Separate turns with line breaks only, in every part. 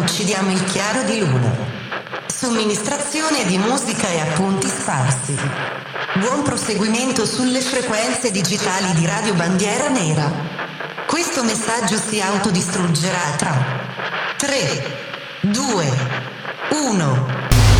uccidiamo il chiaro di luna. Somministrazione di musica e appunti sparsi. Buon proseguimento sulle frequenze digitali di Radio Bandiera Nera. Questo messaggio si autodistruggerà tra 3, 2, 1.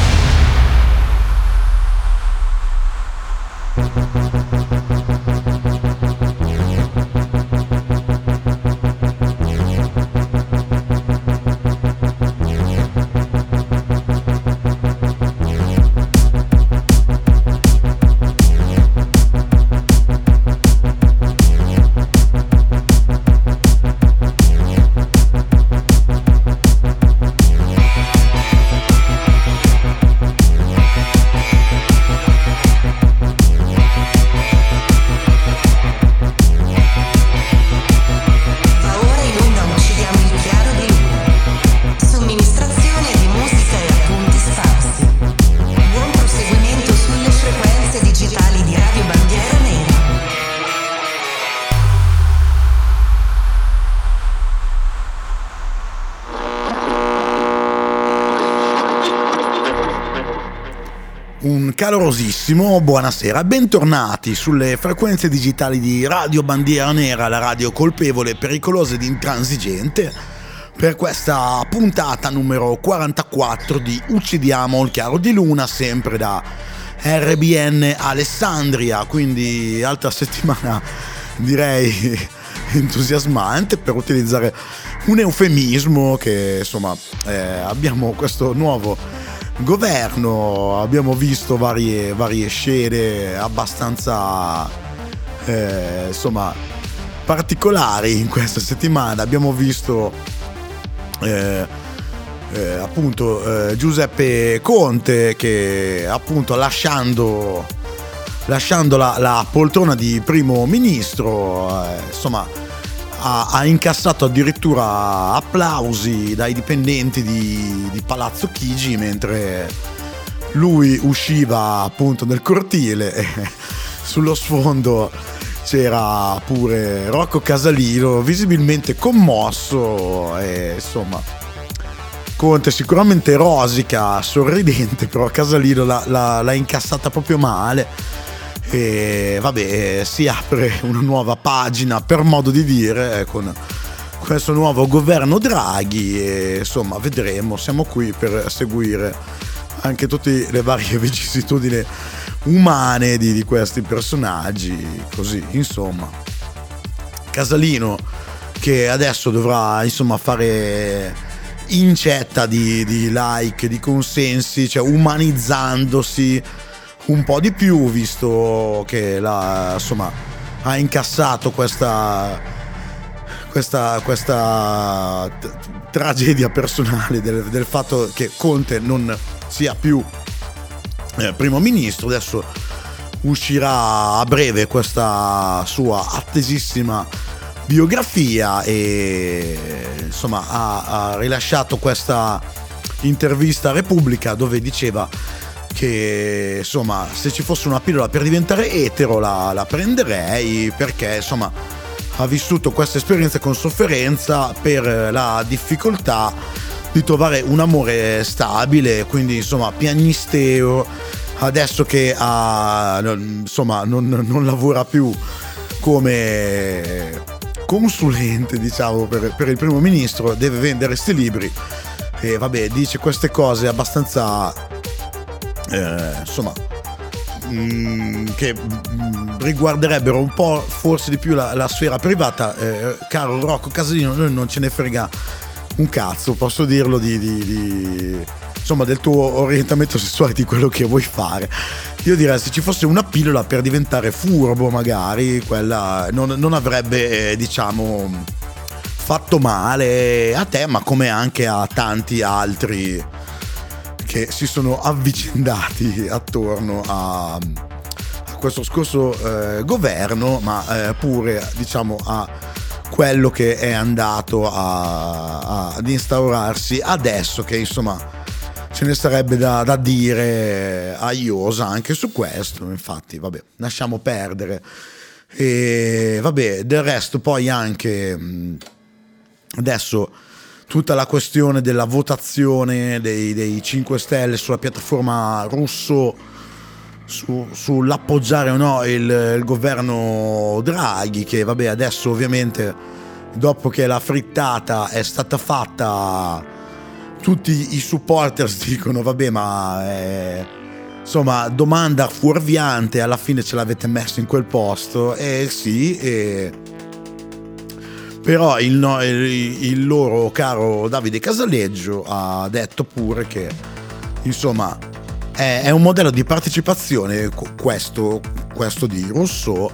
Calorosissimo buonasera, bentornati sulle frequenze digitali di Radio Bandiera Nera, la radio colpevole, pericolosa ed intransigente, per questa puntata numero 44 di Uccidiamo il chiaro di luna, sempre da RBN Alessandria. Quindi altra settimana direi entusiasmante, per utilizzare un eufemismo, che insomma abbiamo questo nuovo governo, abbiamo visto varie scene abbastanza insomma particolari in questa settimana. Abbiamo visto appunto Giuseppe Conte che appunto lasciando la poltrona di primo ministro insomma ha incassato addirittura applausi dai dipendenti di Palazzo Chigi mentre lui usciva appunto nel cortile e sullo sfondo c'era pure Rocco Casalino visibilmente commosso e insomma Conte sicuramente rosica, sorridente, però Casalino l'ha incassata proprio male. E vabbè, si apre una nuova pagina, per modo di dire, con questo nuovo governo Draghi e insomma vedremo, siamo qui per seguire anche tutte le varie vicissitudini umane di questi personaggi, così insomma. Casalino che adesso dovrà insomma fare incetta di like, di consensi, cioè umanizzandosi un po' di più, visto che insomma ha incassato questa tragedia personale del fatto che Conte non sia più primo ministro. Adesso uscirà a breve questa sua attesissima biografia e insomma ha rilasciato questa intervista a Repubblica dove diceva che insomma se ci fosse una pillola per diventare etero la prenderei, perché insomma ha vissuto questa esperienza con sofferenza per la difficoltà di trovare un amore stabile, quindi insomma piagnisteo. Adesso che insomma non lavora più come consulente, diciamo, per il primo ministro, deve vendere sti libri e vabbè, dice queste cose abbastanza insomma che riguarderebbero un po' forse di più la sfera privata. Caro Rocco Casalino, noi non ce ne frega un cazzo, posso dirlo, insomma del tuo orientamento sessuale, di quello che vuoi fare. Io direi, se ci fosse una pillola per diventare furbo, magari quella non avrebbe diciamo fatto male a te, ma come anche a tanti altri che si sono avvicendati attorno a questo scorso governo, ma pure diciamo a quello che è andato ad instaurarsi adesso, che insomma ce ne sarebbe da dire a iosa anche su questo. Infatti vabbè, lasciamo perdere. E vabbè, del resto poi anche adesso tutta la questione della votazione dei 5 Stelle sulla piattaforma russo, sull'appoggiare o no il governo Draghi, che vabbè, adesso ovviamente dopo che la frittata è stata fatta tutti i supporters dicono vabbè, ma insomma, domanda fuorviante, alla fine ce l'avete messo in quel posto, sì, però il loro caro Davide Casaleggio ha detto pure che insomma è un modello di partecipazione, questo di Rousseau,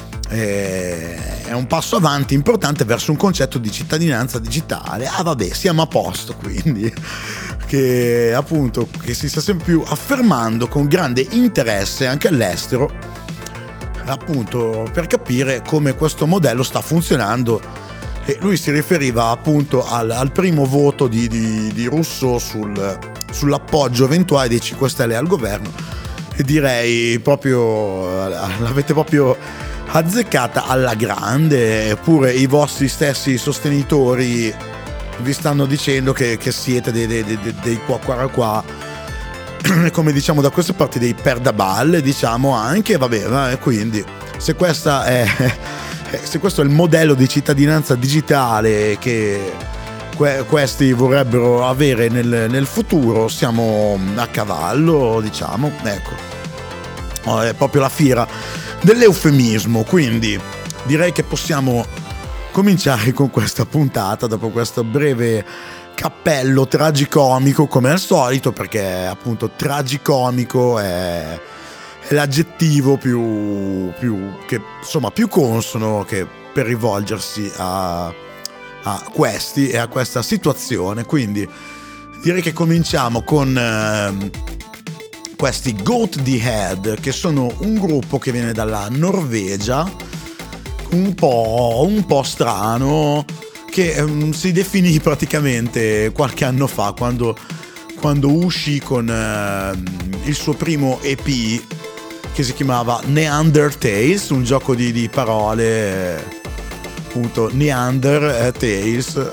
è un passo avanti importante verso un concetto di cittadinanza digitale. Vabbè, siamo a posto, quindi che appunto che si sta sempre più affermando con grande interesse anche all'estero, appunto per capire come questo modello sta funzionando. E lui si riferiva appunto al primo voto di Rousseau sull'appoggio eventuale dei 5 Stelle al governo, e direi proprio l'avete proprio azzeccata alla grande. Eppure i vostri stessi sostenitori vi stanno dicendo che siete dei qua, come diciamo da queste parti, dei perdaballe, diciamo anche, vabbè, quindi se questo è il modello di cittadinanza digitale che questi vorrebbero avere nel futuro, siamo a cavallo, diciamo, ecco, è proprio la fiera dell'eufemismo. Quindi direi che possiamo cominciare con questa puntata dopo questo breve cappello tragicomico, come al solito, perché appunto tragicomico è l'aggettivo più consono che per rivolgersi a questi e a questa situazione. Quindi direi che cominciamo con questi Goat the Head, che sono un gruppo che viene dalla Norvegia, un po' strano, che si definì praticamente qualche anno fa quando uscì con il suo primo EP che si chiamava Neanderthales, un gioco di parole, appunto Neander Tales.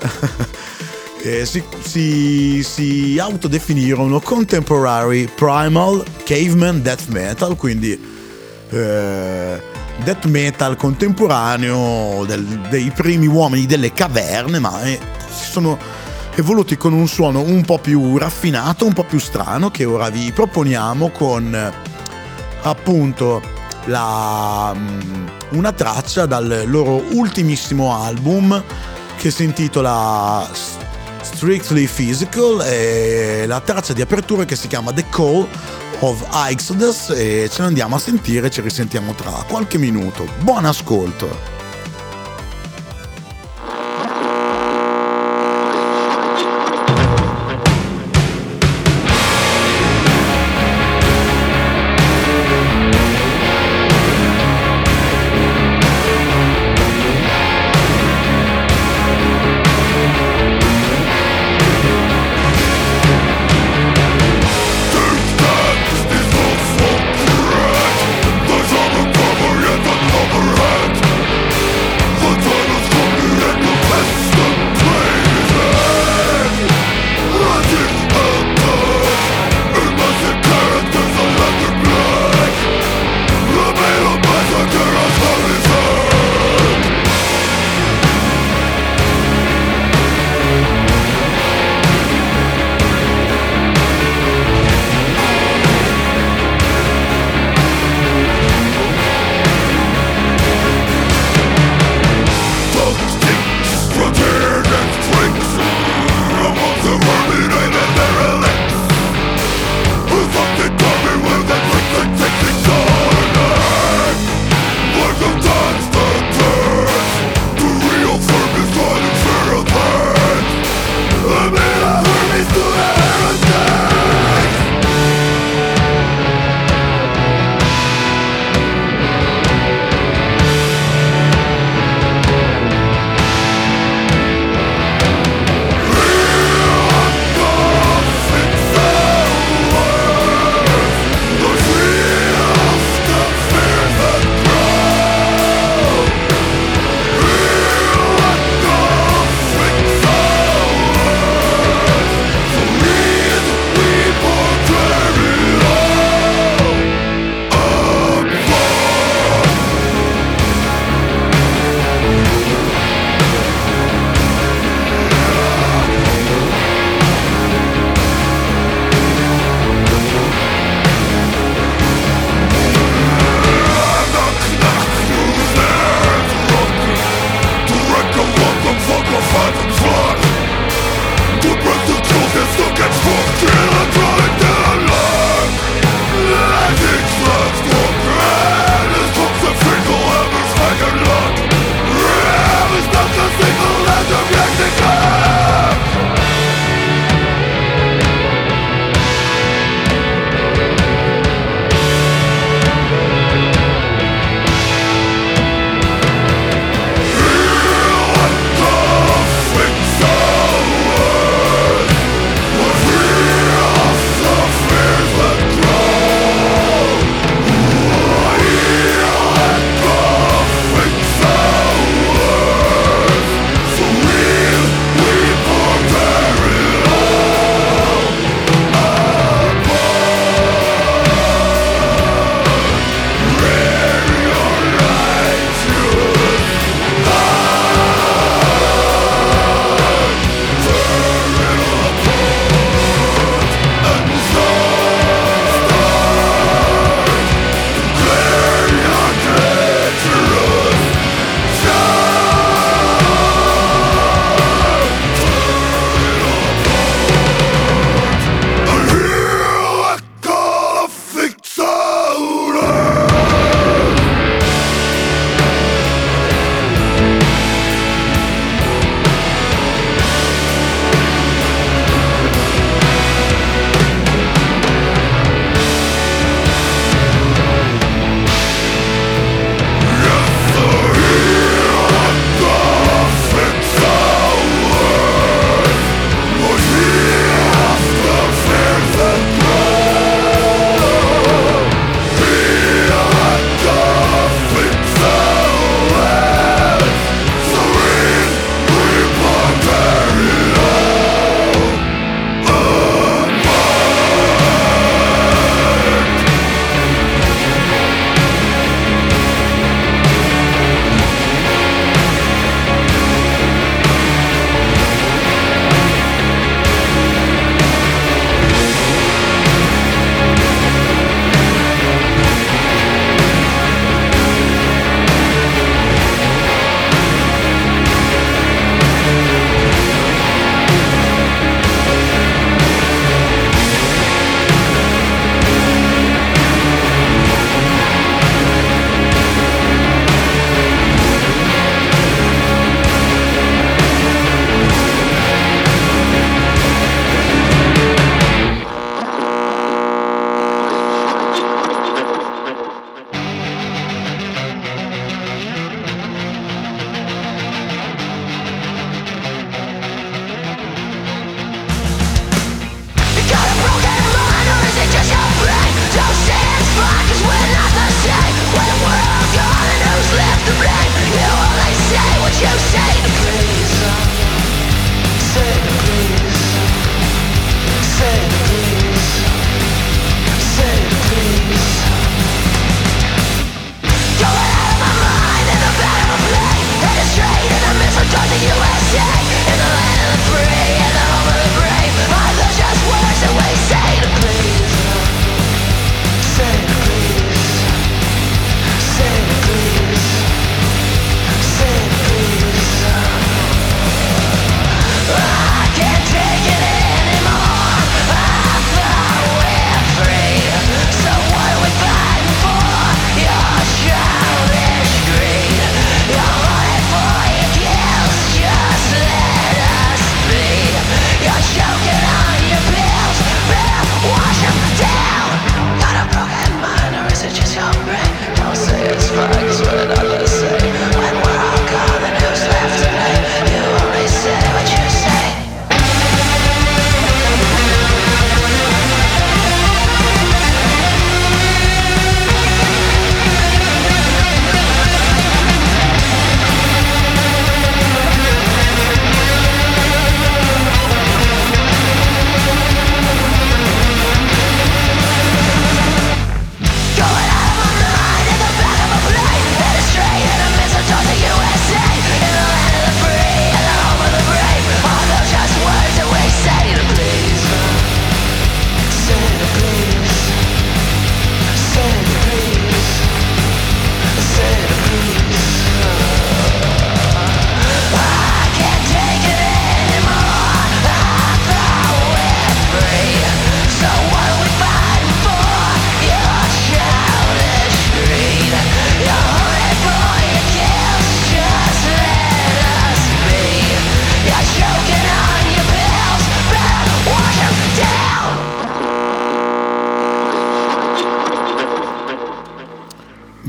Si autodefinirono Contemporary Primal Caveman Death Metal, quindi death metal contemporaneo dei primi uomini delle caverne, ma si sono evoluti con un suono un po' più raffinato, un po' più strano, che ora vi proponiamo con appunto una traccia dal loro ultimissimo album che si intitola Strictly Physical, e la traccia di apertura che si chiama The Call of Exodus, e ce ne andiamo a sentire, ci risentiamo tra qualche minuto. Buon ascolto.
There's a recovery at the overhead.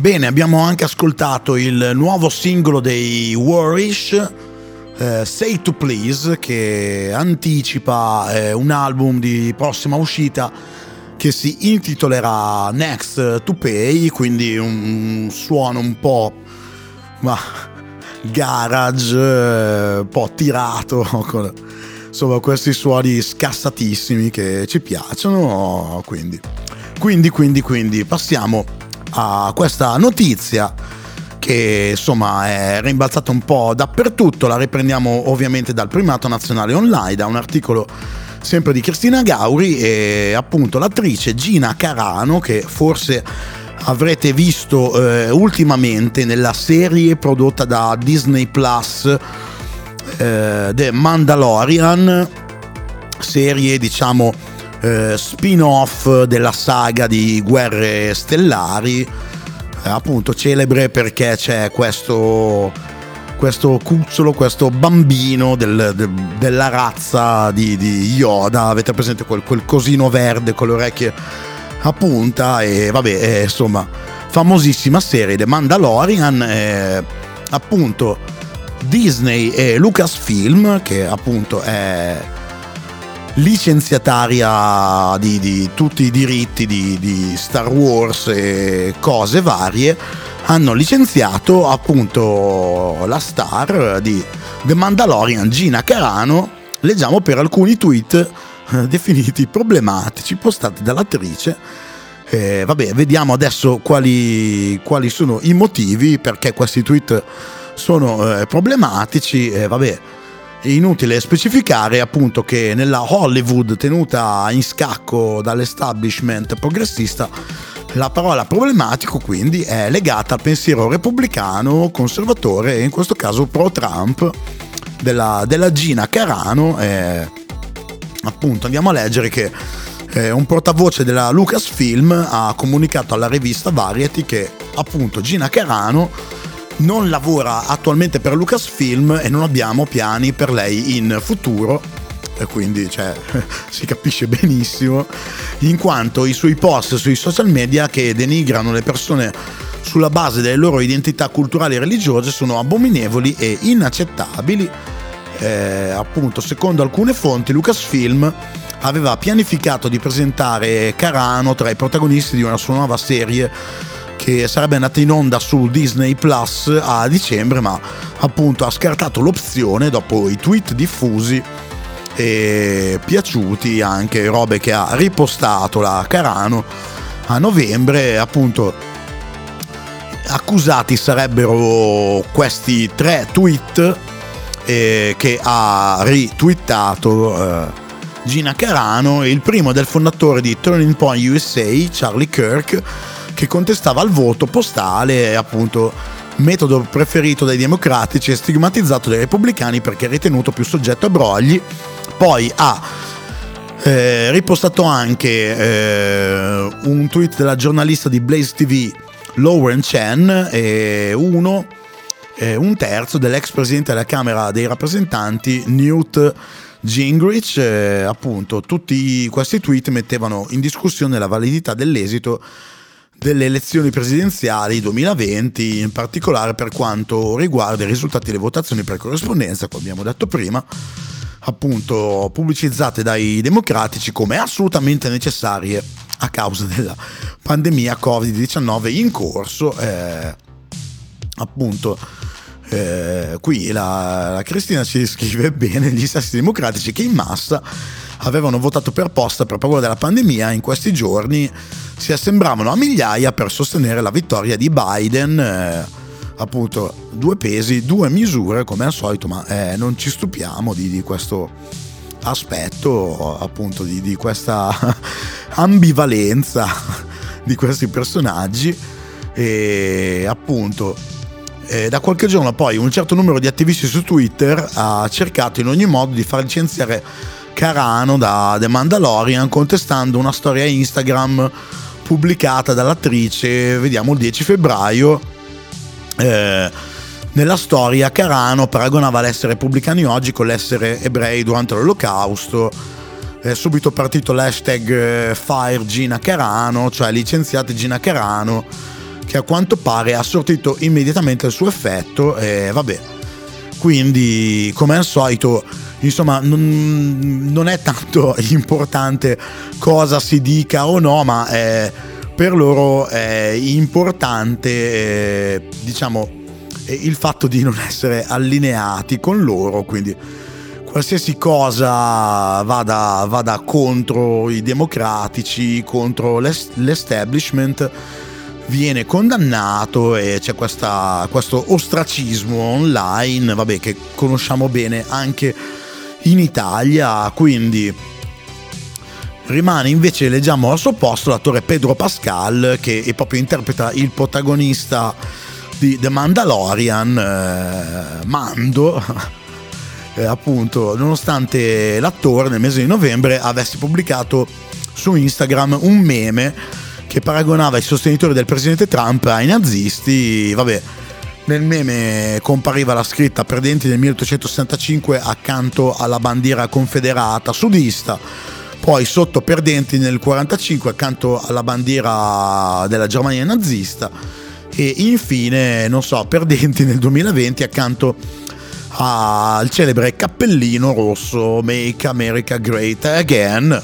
Bene, abbiamo anche ascoltato il nuovo singolo dei Warish, Say to Please, che anticipa un album di prossima uscita che si intitolerà Next to Pay, quindi un suono un po' garage, un po' tirato, con insomma questi suoni scassatissimi che ci piacciono, quindi passiamo a questa notizia che insomma è rimbalzata un po' dappertutto. La riprendiamo ovviamente dal Primato Nazionale Online, da un articolo sempre di Cristina Gauri, e appunto l'attrice Gina Carano, che forse avrete visto ultimamente nella serie prodotta da Disney Plus, The Mandalorian, serie diciamo spin-off della saga di Guerre Stellari, appunto celebre perché c'è questo cucciolo, questo bambino della razza di Yoda. Avete presente quel cosino verde con le orecchie a punta? E vabbè, insomma, famosissima serie The Mandalorian, appunto Disney e Lucasfilm, che appunto è licenziataria di tutti i diritti di Star Wars e cose varie, hanno licenziato appunto la star di The Mandalorian, Gina Carano. Leggiamo per alcuni tweet definiti problematici postati dall'attrice. Vabbè, vediamo adesso quali sono i motivi perché questi tweet sono problematici. Vabbè, è inutile specificare appunto che nella Hollywood tenuta in scacco dall'establishment progressista, la parola problematico quindi è legata al pensiero repubblicano conservatore, e in questo caso pro Trump, della Gina Carano. Appunto andiamo a leggere che un portavoce della Lucasfilm ha comunicato alla rivista Variety che appunto Gina Carano non lavora attualmente per Lucasfilm e non abbiamo piani per lei in futuro, e quindi si capisce benissimo, in quanto i suoi post sui social media che denigrano le persone sulla base delle loro identità culturali e religiose sono abominevoli e inaccettabili. Appunto, secondo alcune fonti, Lucasfilm aveva pianificato di presentare Carano tra i protagonisti di una sua nuova serie che sarebbe andata in onda su Disney Plus a dicembre, ma appunto ha scartato l'opzione dopo i tweet diffusi e piaciuti, anche robe che ha ripostato la Carano a novembre. Appunto, accusati sarebbero questi 3 tweet che ha retweetato Gina Carano. Il primo del fondatore di Turning Point USA, Charlie Kirk, che contestava il voto postale, appunto metodo preferito dai democratici e stigmatizzato dai repubblicani perché ritenuto più soggetto a brogli. Poi ha ripostato anche un tweet della giornalista di Blaze TV Lauren Chen, e un terzo dell'ex presidente della Camera dei rappresentanti Newt Gingrich. Appunto tutti questi tweet mettevano in discussione la validità dell'esito delle elezioni presidenziali 2020, in particolare per quanto riguarda i risultati delle votazioni per corrispondenza, come abbiamo detto prima, appunto pubblicizzate dai democratici come assolutamente necessarie a causa della pandemia Covid-19 in corso. Appunto qui la Cristina ci scrive bene: gli stessi democratici che in massa avevano votato per posta per paura della pandemia in questi giorni si assembravano a migliaia per sostenere la vittoria di Biden. Appunto 2 pesi, 2 misure come al solito, ma non ci stupiamo di questo aspetto, appunto di questa ambivalenza di questi personaggi. E appunto da qualche giorno poi un certo numero di attivisti su Twitter ha cercato in ogni modo di far licenziare Carano da The Mandalorian, contestando una storia Instagram pubblicata dall'attrice, vediamo, il 10 febbraio. Nella storia Carano paragonava l'essere repubblicani oggi con l'essere ebrei durante l'Olocausto. È subito partito l'hashtag Fire Gina Carano, cioè licenziate Gina Carano, che a quanto pare ha sortito immediatamente il suo effetto. Vabbè, quindi come al solito, insomma, non è tanto importante cosa si dica o no, ma per loro è importante, diciamo, il fatto di non essere allineati con loro, quindi qualsiasi cosa vada contro i democratici, contro l'establishment, viene condannato, e c'è questo ostracismo online, vabbè, che conosciamo bene anche in Italia. Quindi rimane invece, leggiamo al suo posto, l'attore Pedro Pascal, che proprio interpreta il protagonista di The Mandalorian, Mando. Appunto, nonostante l'attore nel mese di novembre avesse pubblicato su Instagram un meme che paragonava i sostenitori del presidente Trump ai nazisti. Vabbè, nel meme compariva la scritta "Perdenti nel 1865" accanto alla bandiera confederata sudista, poi sotto "Perdenti nel 45" accanto alla bandiera della Germania nazista, e infine, non so, "Perdenti nel 2020" accanto al celebre cappellino rosso "Make America Great Again".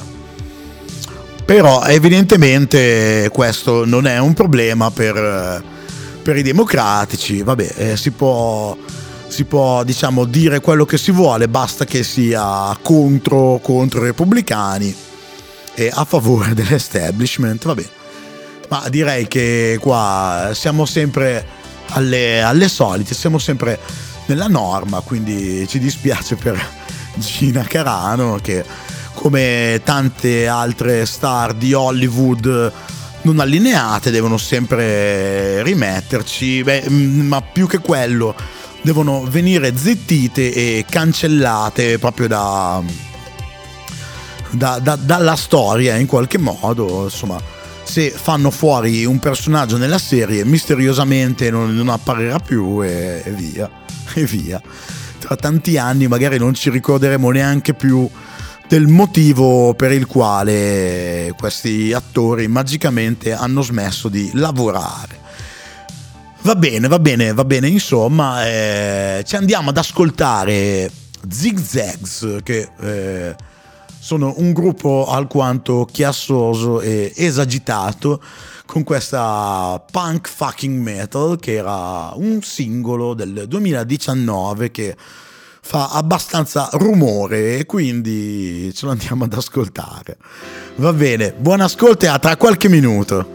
Però evidentemente questo non è un problema per i democratici. Vabbè, si può diciamo dire quello che si vuole, basta che sia contro i repubblicani e a favore dell'establishment. Vabbè, ma direi che qua siamo sempre alle solite, siamo sempre nella norma, quindi ci dispiace per Gina Carano, che come tante altre star di Hollywood non allineate devono sempre rimetterci, ma più che quello devono venire zittite e cancellate proprio dalla storia in qualche modo. Insomma, se fanno fuori un personaggio nella serie, misteriosamente non apparirà più e via. Tra tanti anni magari non ci ricorderemo neanche più del motivo per il quale questi attori magicamente hanno smesso di lavorare. Va bene, insomma, ci andiamo ad ascoltare Zig Zags, che sono un gruppo alquanto chiassoso e esagitato, con questa punk fucking metal, che era un singolo del 2019 che fa abbastanza rumore, e quindi ce lo andiamo ad ascoltare. Va bene, buon ascolto e a tra qualche minuto.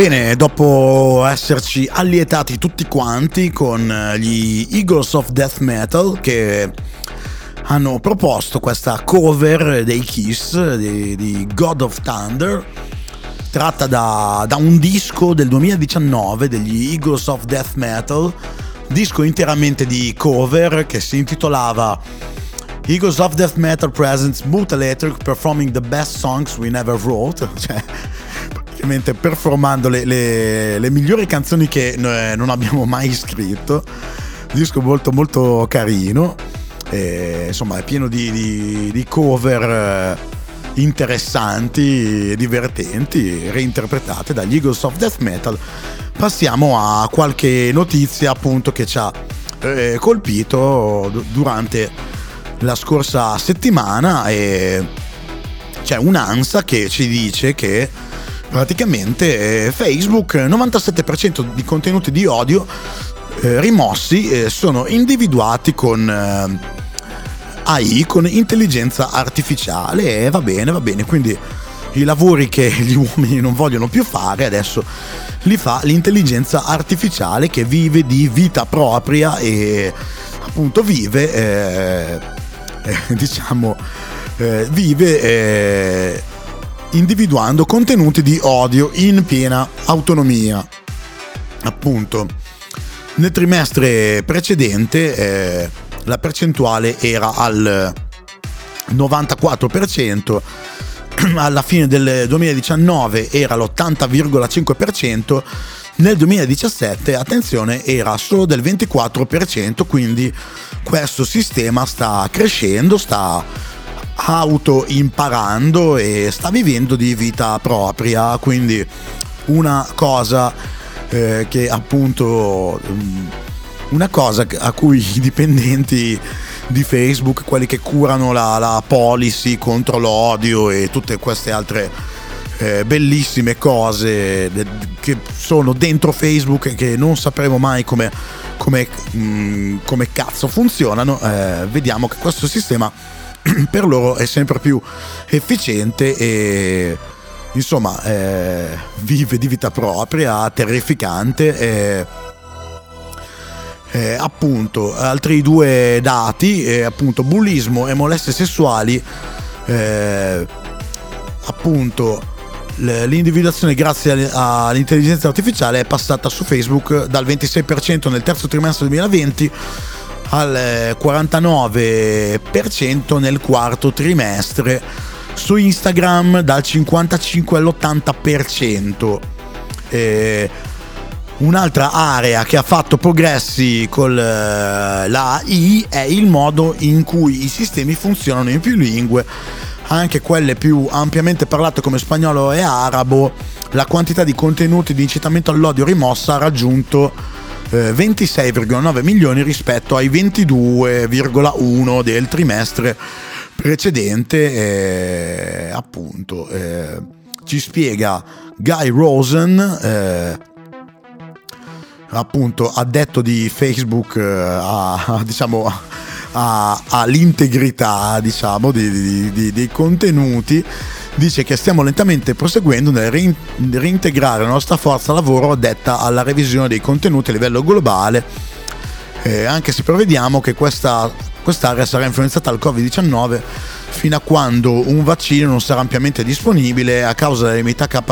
Bene, dopo esserci allietati tutti quanti con gli Eagles of Death Metal che hanno proposto questa cover dei Kiss di God of Thunder, tratta da un disco del 2019 degli Eagles of Death Metal, disco interamente di cover che si intitolava Eagles of Death Metal Presents Boot Electric Performing the Best Songs We Never Wrote, cioè praticamente performando le migliori canzoni che non abbiamo mai scritto. Disco molto molto carino, insomma è pieno di cover interessanti e divertenti, reinterpretate dagli Eagles of Death Metal. Passiamo a qualche notizia appunto che ci ha colpito durante la scorsa settimana, e c'è un'ANSA che ci dice che praticamente Facebook 97% di contenuti di odio rimossi sono individuati con AI, con intelligenza artificiale, e va bene, quindi i lavori che gli uomini non vogliono più fare adesso li fa l'intelligenza artificiale, che vive di vita propria e appunto vive individuando contenuti di odio in piena autonomia. Appunto nel trimestre precedente la percentuale era al 94%, alla fine del 2019 era l'80,5%, nel 2017, attenzione, era solo del 24%, quindi questo sistema sta crescendo, sta auto imparando e sta vivendo di vita propria. Quindi una cosa che appunto una cosa a cui i dipendenti di Facebook, quelli che curano la policy contro l'odio e tutte queste altre bellissime cose che sono dentro Facebook e che non sapremo mai come cazzo funzionano, vediamo che questo sistema per loro è sempre più efficiente e insomma vive di vita propria, terrificante. Appunto altri due dati, appunto bullismo e molestie sessuali, appunto l'individuazione grazie all'intelligenza artificiale è passata su Facebook dal 26% nel terzo trimestre 2020 al 49% nel quarto trimestre, su Instagram dal 55 all'80%. Un'altra area che ha fatto progressi con la AI è il modo in cui i sistemi funzionano in più lingue, anche quelle più ampiamente parlate come spagnolo e arabo. La quantità di contenuti di incitamento all'odio rimossa ha raggiunto 26,9 milioni rispetto ai 22,1 del trimestre precedente. Appunto ci spiega Guy Rosen, appunto addetto di Facebook all'integrità dei contenuti. Dice che stiamo lentamente proseguendo nel reintegrare la nostra forza lavoro addetta alla revisione dei contenuti a livello globale, anche se prevediamo che quest'area sarà influenzata dal Covid-19 fino a quando un vaccino non sarà ampiamente disponibile. A causa delle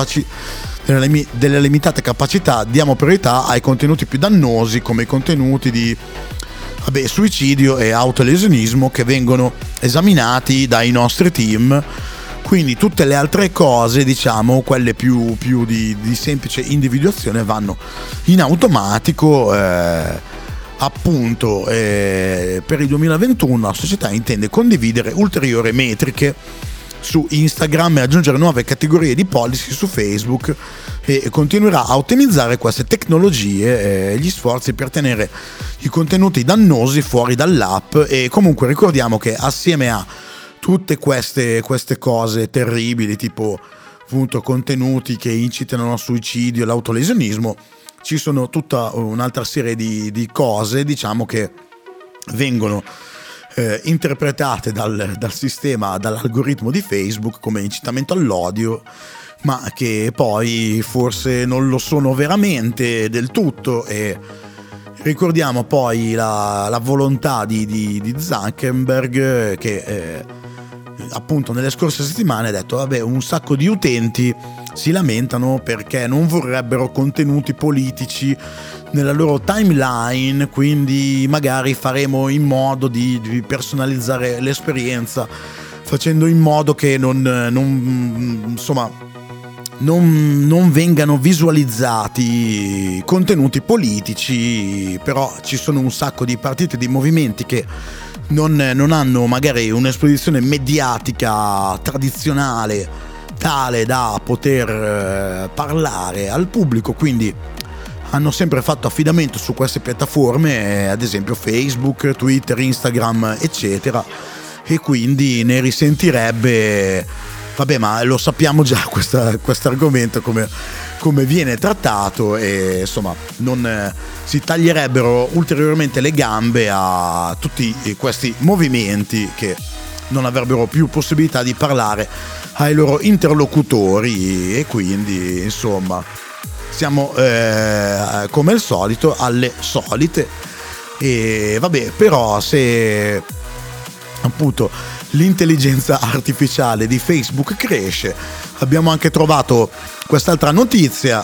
limitate capacità diamo priorità ai contenuti più dannosi, come i contenuti di suicidio e autolesionismo, che vengono esaminati dai nostri team. Quindi tutte le altre cose, diciamo quelle più di semplice individuazione, vanno in automatico. Appunto per il 2021 la società intende condividere ulteriori metriche su Instagram e aggiungere nuove categorie di policy su Facebook, e continuerà a ottimizzare queste tecnologie, gli sforzi per tenere i contenuti dannosi fuori dall'app. E comunque ricordiamo che assieme a tutte queste cose terribili, tipo appunto contenuti che incitano al suicidio e l'autolesionismo, ci sono tutta un'altra serie di cose, diciamo, che vengono interpretate dal sistema, dall'algoritmo di Facebook come incitamento all'odio, ma che poi forse non lo sono veramente del tutto. E ricordiamo poi la volontà di Zuckerberg, che appunto nelle scorse settimane ha detto vabbè, un sacco di utenti si lamentano perché non vorrebbero contenuti politici nella loro timeline, quindi magari faremo in modo di personalizzare l'esperienza, facendo in modo che non vengano visualizzati contenuti politici. Però ci sono un sacco di partiti e di movimenti che non hanno magari un'esposizione mediatica tradizionale tale da poter parlare al pubblico, quindi hanno sempre fatto affidamento su queste piattaforme, ad esempio Facebook, Twitter, Instagram, eccetera, e quindi ne risentirebbe. Vabbè, ma lo sappiamo già questo argomento come viene trattato, e insomma non si taglierebbero ulteriormente le gambe a tutti questi movimenti che non avrebbero più possibilità di parlare ai loro interlocutori, e quindi insomma siamo come al solito alle solite. E vabbè, però se appunto l'intelligenza artificiale di Facebook cresce, abbiamo anche trovato quest'altra notizia.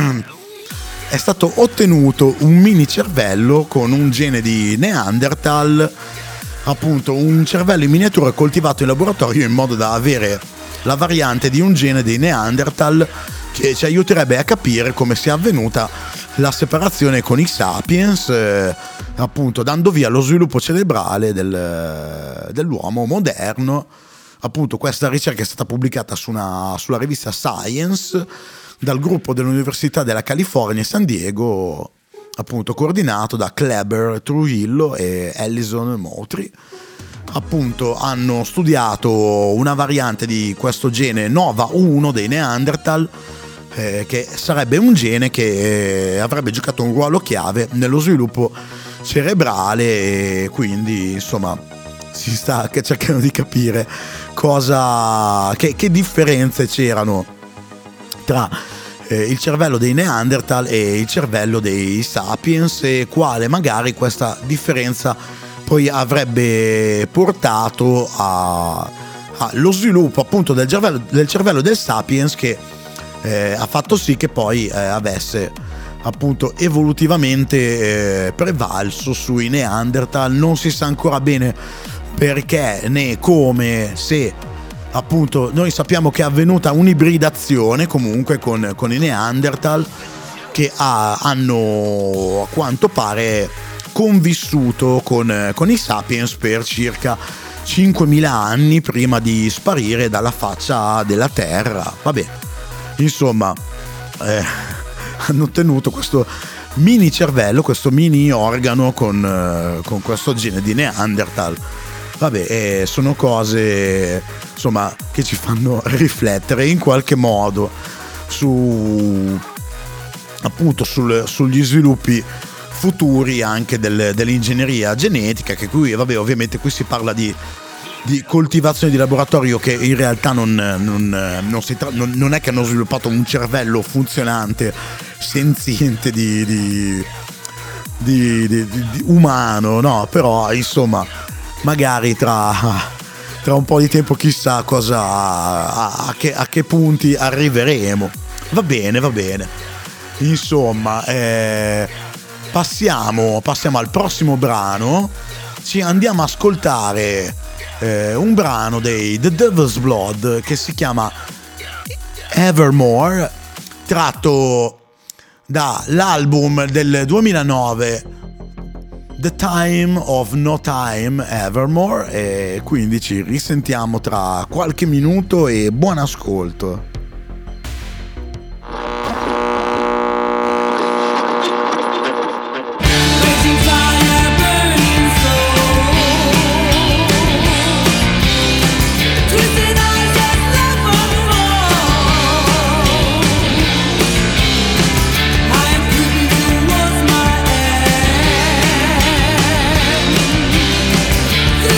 È stato ottenuto un mini cervello con un gene di Neanderthal, appunto un cervello in miniatura coltivato in laboratorio in modo da avere la variante di un gene dei Neanderthal, che ci aiuterebbe a capire come sia avvenuta la separazione con i sapiens, appunto dando via allo sviluppo cerebrale dell'uomo moderno. Appunto questa ricerca è stata pubblicata sulla rivista Science dal gruppo dell'Università della California San Diego, appunto coordinato da Kleber Trujillo e Alison Moultrie. Appunto hanno studiato una variante di questo gene Nova1 dei Neanderthal, che sarebbe un gene che avrebbe giocato un ruolo chiave nello sviluppo cerebrale, e quindi insomma si sta cercando di capire che differenze c'erano tra il cervello dei Neanderthal e il cervello dei Sapiens, e quale magari questa differenza poi avrebbe portato allo sviluppo appunto del cervello del Sapiens, che ha fatto sì che poi avesse appunto evolutivamente prevalso sui Neanderthal. Non si sa ancora bene perché né come, se appunto noi sappiamo che è avvenuta un'ibridazione comunque con i Neanderthal, che hanno a quanto pare convissuto con i Sapiens per circa 5.000 anni prima di sparire dalla faccia della Terra. Vabbè, insomma hanno ottenuto questo mini cervello, questo mini organo con questo gene di Neanderthal. Vabbè, sono cose insomma che ci fanno riflettere in qualche modo sugli sviluppi futuri anche dell'ingegneria genetica, che qui vabbè, ovviamente qui si parla di coltivazione di laboratorio, che in realtà non è che hanno sviluppato un cervello funzionante senziente di umano, no, però insomma magari tra un po' di tempo chissà a che punti arriveremo. Va bene, insomma passiamo al prossimo brano. Ci andiamo a ascoltare un brano dei The Devil's Blood che si chiama Evermore, tratto dall'album del 2009 The Time of No Time Evermore, e quindi ci risentiamo tra qualche minuto e buon ascolto.
The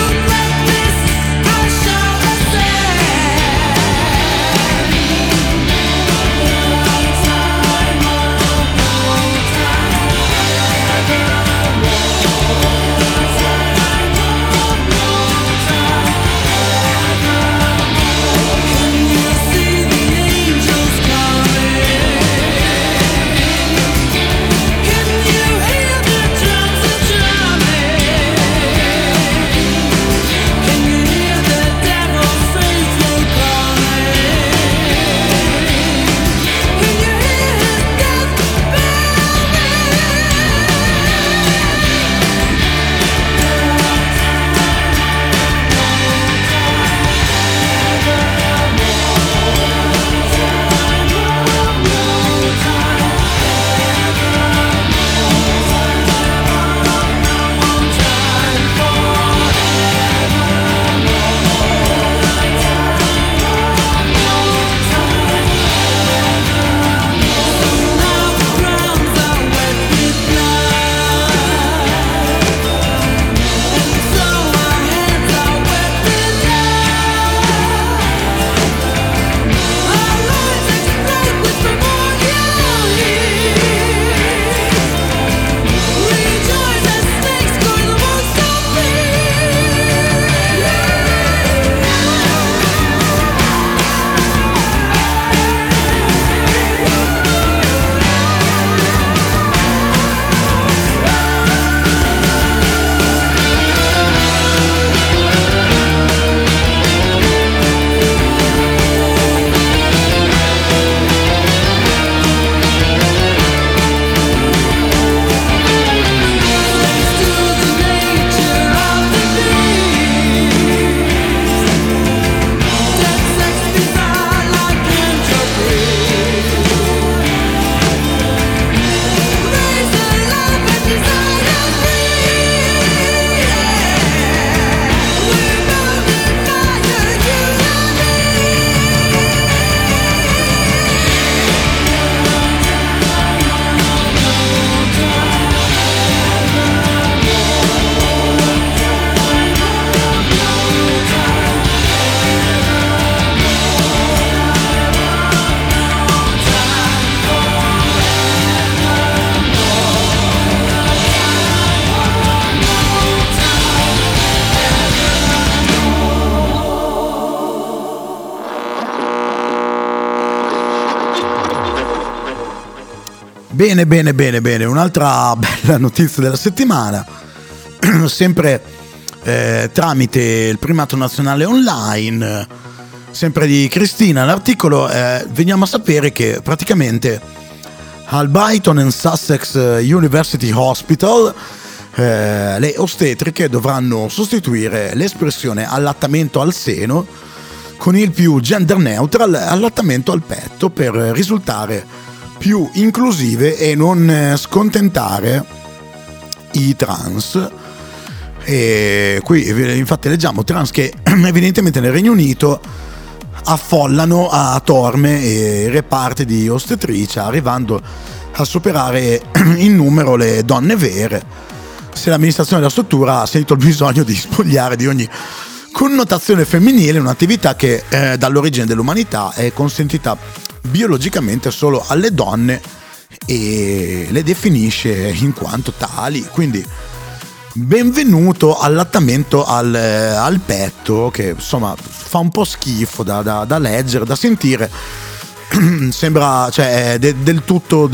Bene, bene, bene, bene. Un'altra bella notizia della settimana, sempre tramite il primato nazionale online, sempre di Cristina, l'articolo, veniamo a sapere che praticamente al Brighton and Sussex University Hospital le ostetriche dovranno sostituire l'espressione allattamento al seno con il più gender neutral allattamento al petto per risultare più inclusive e non scontentare i trans. E qui infatti leggiamo trans che evidentemente nel Regno Unito affollano a torme i reparti di ostetricia, arrivando a superare in numero le donne vere, se l'amministrazione della struttura ha sentito il bisogno di spogliare di ogni connotazione femminile un'attività che dall'origine dell'umanità è consentita biologicamente solo alle donne e le definisce in quanto tali. Quindi benvenuto allattamento al petto, che insomma fa un po' schifo da leggere, da sentire. Sembra, cioè, del tutto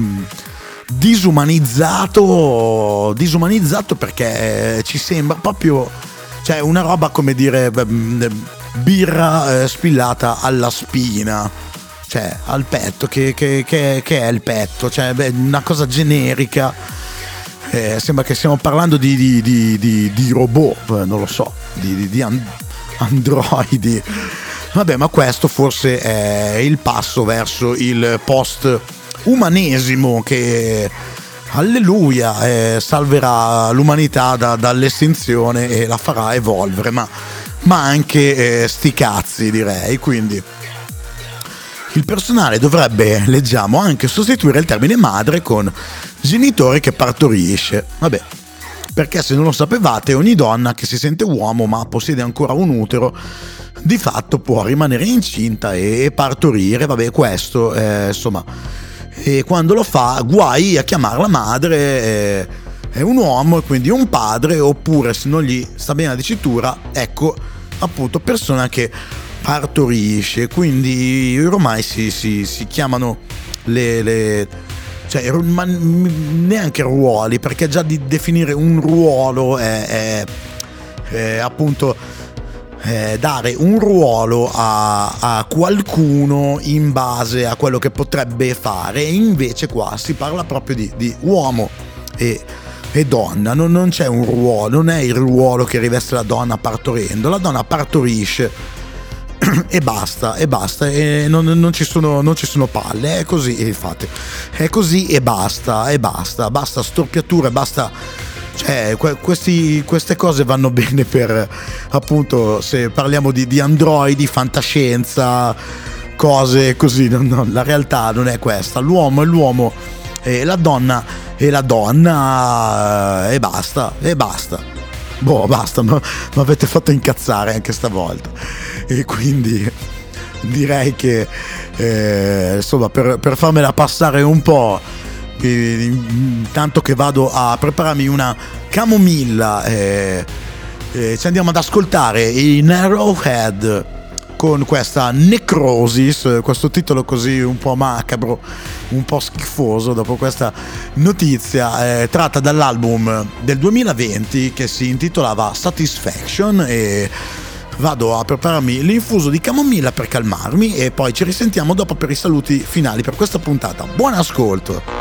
disumanizzato perché ci sembra proprio, cioè, una roba come dire birra spillata alla spina, cioè al petto, che è il petto, cioè una cosa generica. Sembra che stiamo parlando di robot, non lo so, di androidi. Vabbè, ma questo forse è il passo verso il post-umanesimo che, alleluia, salverà l'umanità dall'estinzione e la farà evolvere, ma anche sti cazzi, direi. Quindi il personale dovrebbe, leggiamo, anche sostituire il termine madre con genitore che partorisce. Vabbè, perché se non lo sapevate, ogni donna che si sente uomo ma possiede ancora un utero di fatto può rimanere incinta e partorire. Vabbè, questo insomma, e quando lo fa guai a chiamarla madre, è un uomo e quindi un padre, oppure se non gli sta bene la dicitura, ecco appunto persona che partorisce. Quindi ormai si chiamano cioè, ma neanche ruoli, perché già di definire un ruolo è appunto dare un ruolo a qualcuno in base a quello che potrebbe fare, e invece qua si parla proprio di uomo e donna. Non c'è un ruolo, non è il ruolo che riveste la donna partorendo. La donna partorisce e basta, e non ci sono palle, è così, infatti è così e basta storpiature, basta, cioè queste cose vanno bene per, appunto, se parliamo di androidi, fantascienza, cose così. No, la realtà non è questa. L'uomo è l'uomo e la donna è la donna, e basta. Boh, basta, mi avete fatto incazzare anche stavolta, e quindi direi che insomma, per farmela passare un po', intanto che vado a prepararmi una camomilla, ci andiamo ad ascoltare i Narrowhead con questa Necrosis, questo titolo così un po' macabro, un po' schifoso dopo questa notizia, tratta dall'album del 2020 che si intitolava Satisfaction. E vado a prepararmi l'infuso di camomilla per calmarmi, e poi ci risentiamo dopo per i saluti finali per questa puntata. Buon ascolto.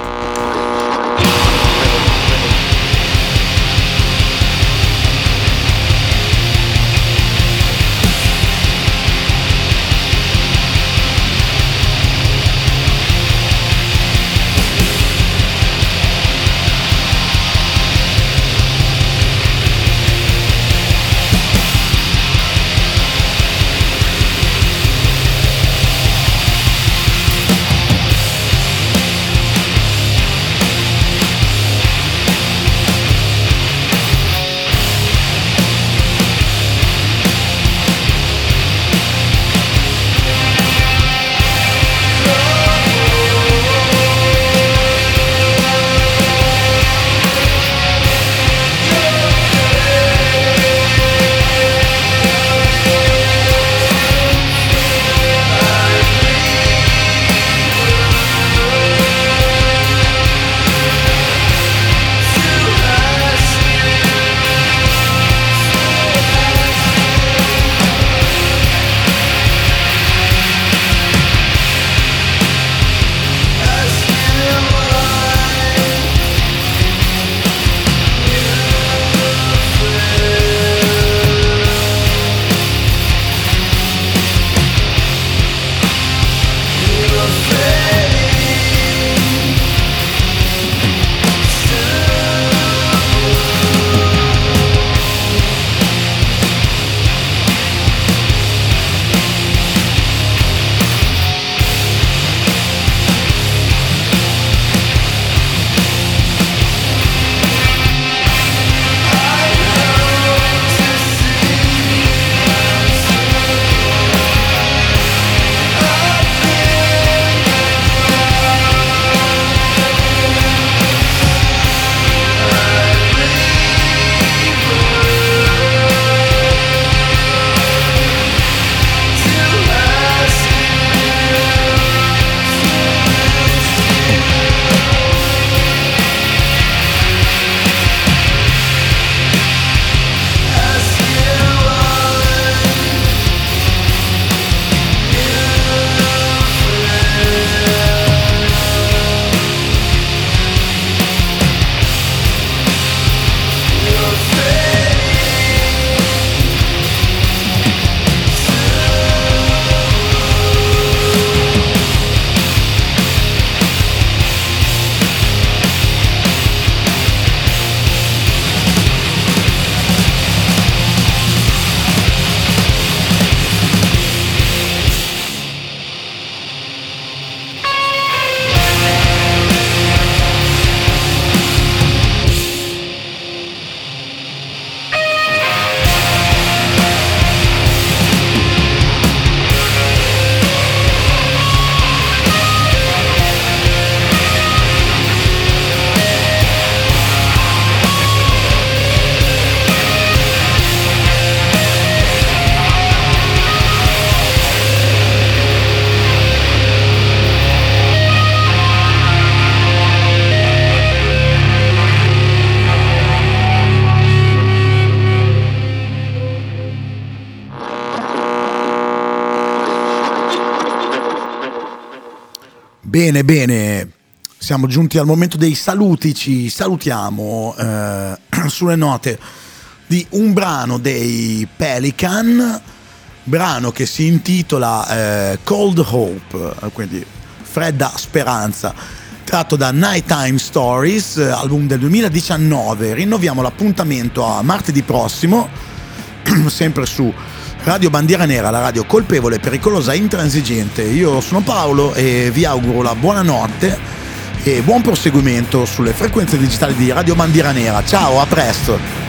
Bene, siamo giunti al momento dei saluti, ci salutiamo sulle note di un brano dei Pelican, brano che si intitola Cold Hope, quindi fredda speranza, tratto da Nighttime Stories, album del 2019. Rinnoviamo l'appuntamento a martedì prossimo, sempre su Radio Bandiera Nera, la radio colpevole, pericolosa e intransigente. Io sono Paolo e vi auguro la buonanotte e buon proseguimento sulle frequenze digitali di Radio Bandiera Nera. Ciao, a presto!